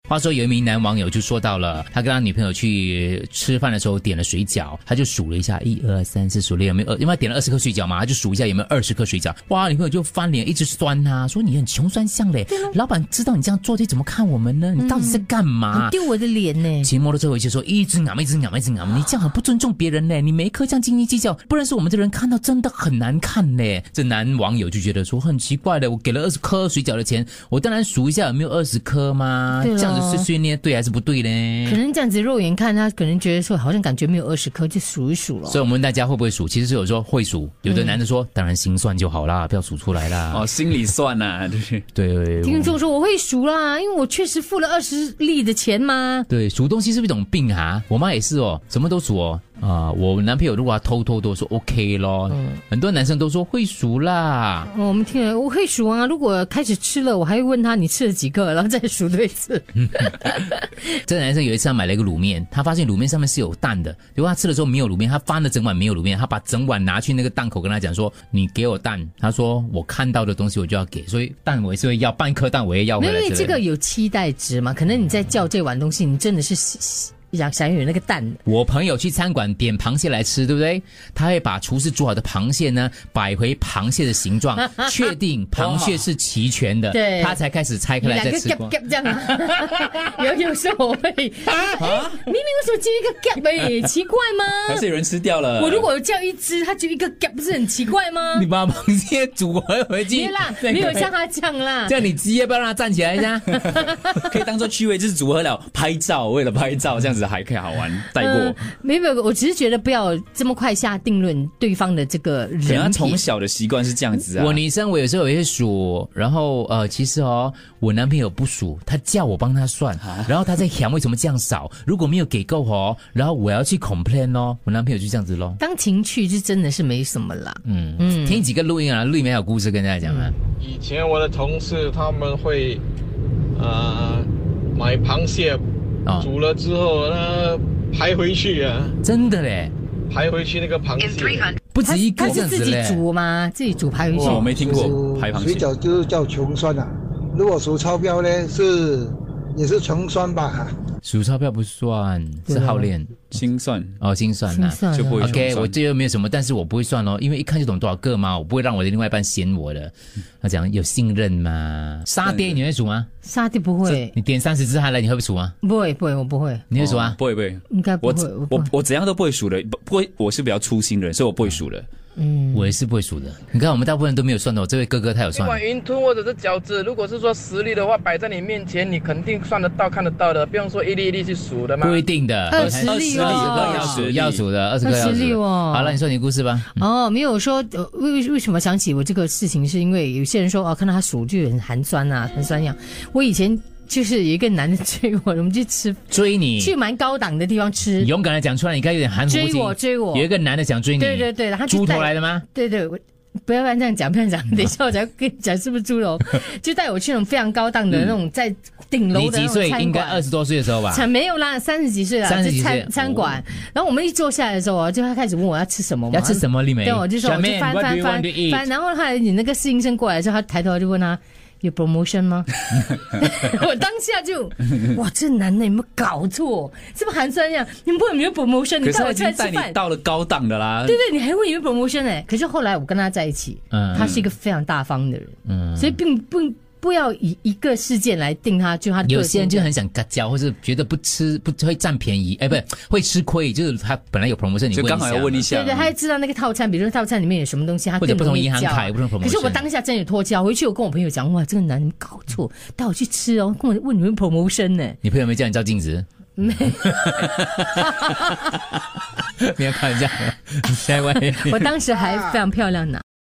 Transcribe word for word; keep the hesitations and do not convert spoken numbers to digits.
话说有一名男网友就说到了，他跟他女朋友去吃饭的时候点了水饺，他就数了一下，一二三四，数了有没有？因为他点了二十颗水饺嘛，他就数一下有没有二十颗水饺。哇，女朋友就翻脸，一直酸他，说你很穷酸相嘞，老板知道你这样做，就怎么看我们呢？你到底在干嘛？ 你丢我的脸呢？ 骑摩托车回去说，一直咬，一直咬，一直咬，你这样很不尊重别人呢，你每一颗这样斤斤计较，不然是我们这人看到真的很难看呢。这男网友就觉得说很奇怪的，我给了二十颗水饺的钱，我当然数一下有没有二十颗吗？这样子碎碎念对还是不对呢？ 可能这样子肉眼看，他可能觉得说好像感觉没有二十颗，就数一数了。 所以我们大家会不会数？其实是有时候会数，有的男的说、嗯、当然心算就好啦，不要数出来啦。 哦，心里算啊，对对。 听众说我会数啦，因为我确实付了二十粒的钱嘛。 对，数东西是不是一种病啊？我妈也是哦，什么都数哦。啊、呃，我男朋友如果他偷偷都说 OK 咯、嗯，很多男生都说会数啦。 哦、我们听了我会数啊，如果开始吃了，我还会问他你吃了几个，然后再数对一次。 这个男生有一次他买了一个卤面，他发现卤面上面是有蛋的，结果他吃的时候没有卤面，他翻了整碗没有卤面，他把整碗拿去那个档口跟他讲说你给我蛋，他说我看到的东西我就要给，所以蛋我也是会要，半颗蛋我也要回来。 因为这个有期待值嘛，可能你在叫这碗东西，你真的是想想有那个蛋。 我朋友去餐馆点螃蟹来吃，对不对？他会把厨师煮好的螃蟹呢摆回螃蟹的形状，确定螃蟹是齐全的，对，他才开始拆开来再吃光。 这样有有时候我会啊，明明为什么只有一个 gap 而已，奇怪吗？ 还是有人吃掉了？ 我如果叫一只，他就一个 gap， 不是很奇怪吗？ 你把螃蟹煮回回去， 没啦，没有像他这样啦。 这样你鸡要不要让他站起来一下？ 可以当做趣味，就是组合了拍照，为了拍照这样子。还可以好玩带过、呃、 没有，我只是觉得不要这么快下定论对方的这个人品。 他从小的习惯是这样子啊。 我女生我有时候也会数，然后呃，其实哦，我男朋友不数，他叫我帮他算，啊、然后他在想为什么这样少，如果没有给够哦，然后我要去 complain 咯，我男朋友就这样子咯。 当情趣就真的是没什么啦。 嗯嗯，听几个录音啊，录音没有故事跟大家讲啊。 以前我的同事他们会呃买螃蟹。哦、煮了之后呢，排回去啊！ 真的嘞， 排回去那个螃蟹， 不止一个这样子嘞。他是自己煮吗？自己煮排回去？ 我没听过排螃蟹。 水饺就是叫穷酸啊。如果数钞票呢，是也是穷酸吧？ 数钞票不算，是好练心算哦，心算呐、 啊， 就不会。OK， 我这又没有什么，但是我不会算哦，因为一看就懂多少个嘛，我不会让我的另外一半嫌我的。他讲有信任嘛。沙爹你会数吗？ 沙爹不会。 你点三十只下来，你会不会数吗？ 不会，不会，我不会。 你会数啊？ 哦、不会，不会， 应该不会。 我我我怎样都不会数的，不不会，我是比较粗心的人，所以我不会数的。 嗯，我也是不会数的。你看，我们大部分人都没有算的，这位哥哥他有算。 一碗云吞或者是饺子，如果是说实力的话，摆在你面前，你肯定算得到、看得到的，不用说一粒一粒去数的嘛。 不一定的， 二十粒哦， 要数要数的，二十个要数哦。好了，你说你的故事吧。 哦，没有说为为什么想起我这个事情，是因为有些人说哦，看到他数就很寒酸啊，很酸样。我以前。就是有一个男的追我，我们去吃追你， 去蛮高档的地方吃。 你勇敢的讲出来，你该有点含糊不清。 追我，追我。 有一个男的想追你， 对对对，他猪头来的吗？ 对对，我不要这样讲，不要这样讲，等一下我才跟你讲是不是猪头。就带我去那种非常高档的那种，在顶楼的那种餐馆。 你几岁？应该二十多岁的时候吧？ 才没有啦，三十几岁了。 三十几岁餐餐馆，然后我们一坐下来的时候，就他开始问我要吃什么嘛， 要吃什么？丽梅， 对，我就说我就翻翻翻翻，然后后来你那个侍应生过来之后，他抬头就问他。有 promotion 吗？我当下就，哇，这男的有没有搞错？是不是寒酸一样？你们不有没有 promotion？ 你带我出来吃饭， 带你到了高档的啦。 对对，你还问有没有 promotion 哎、欸？可是后来我跟他在一起，嗯，他是一个非常大方的人，嗯，所以并不。不要以一个事件来定他，就他的个性。 有些人就很想嘎交，或是觉得不吃不会占便宜，哎，不是会吃亏，就是他本来有 promotion， 你就刚好要问一下。 对对，他知道那个套餐，比如说套餐里面有什么东西，他或者不同银行卡，不同 promotion。 可是我当下真有脱胶，回去我跟我朋友讲，哇，这个男人搞错，带我去吃哦，跟我问你们 promotion 呢。 你朋友没叫你照镜子？没。你要看一下，下一位。 我当时还非常漂亮呢。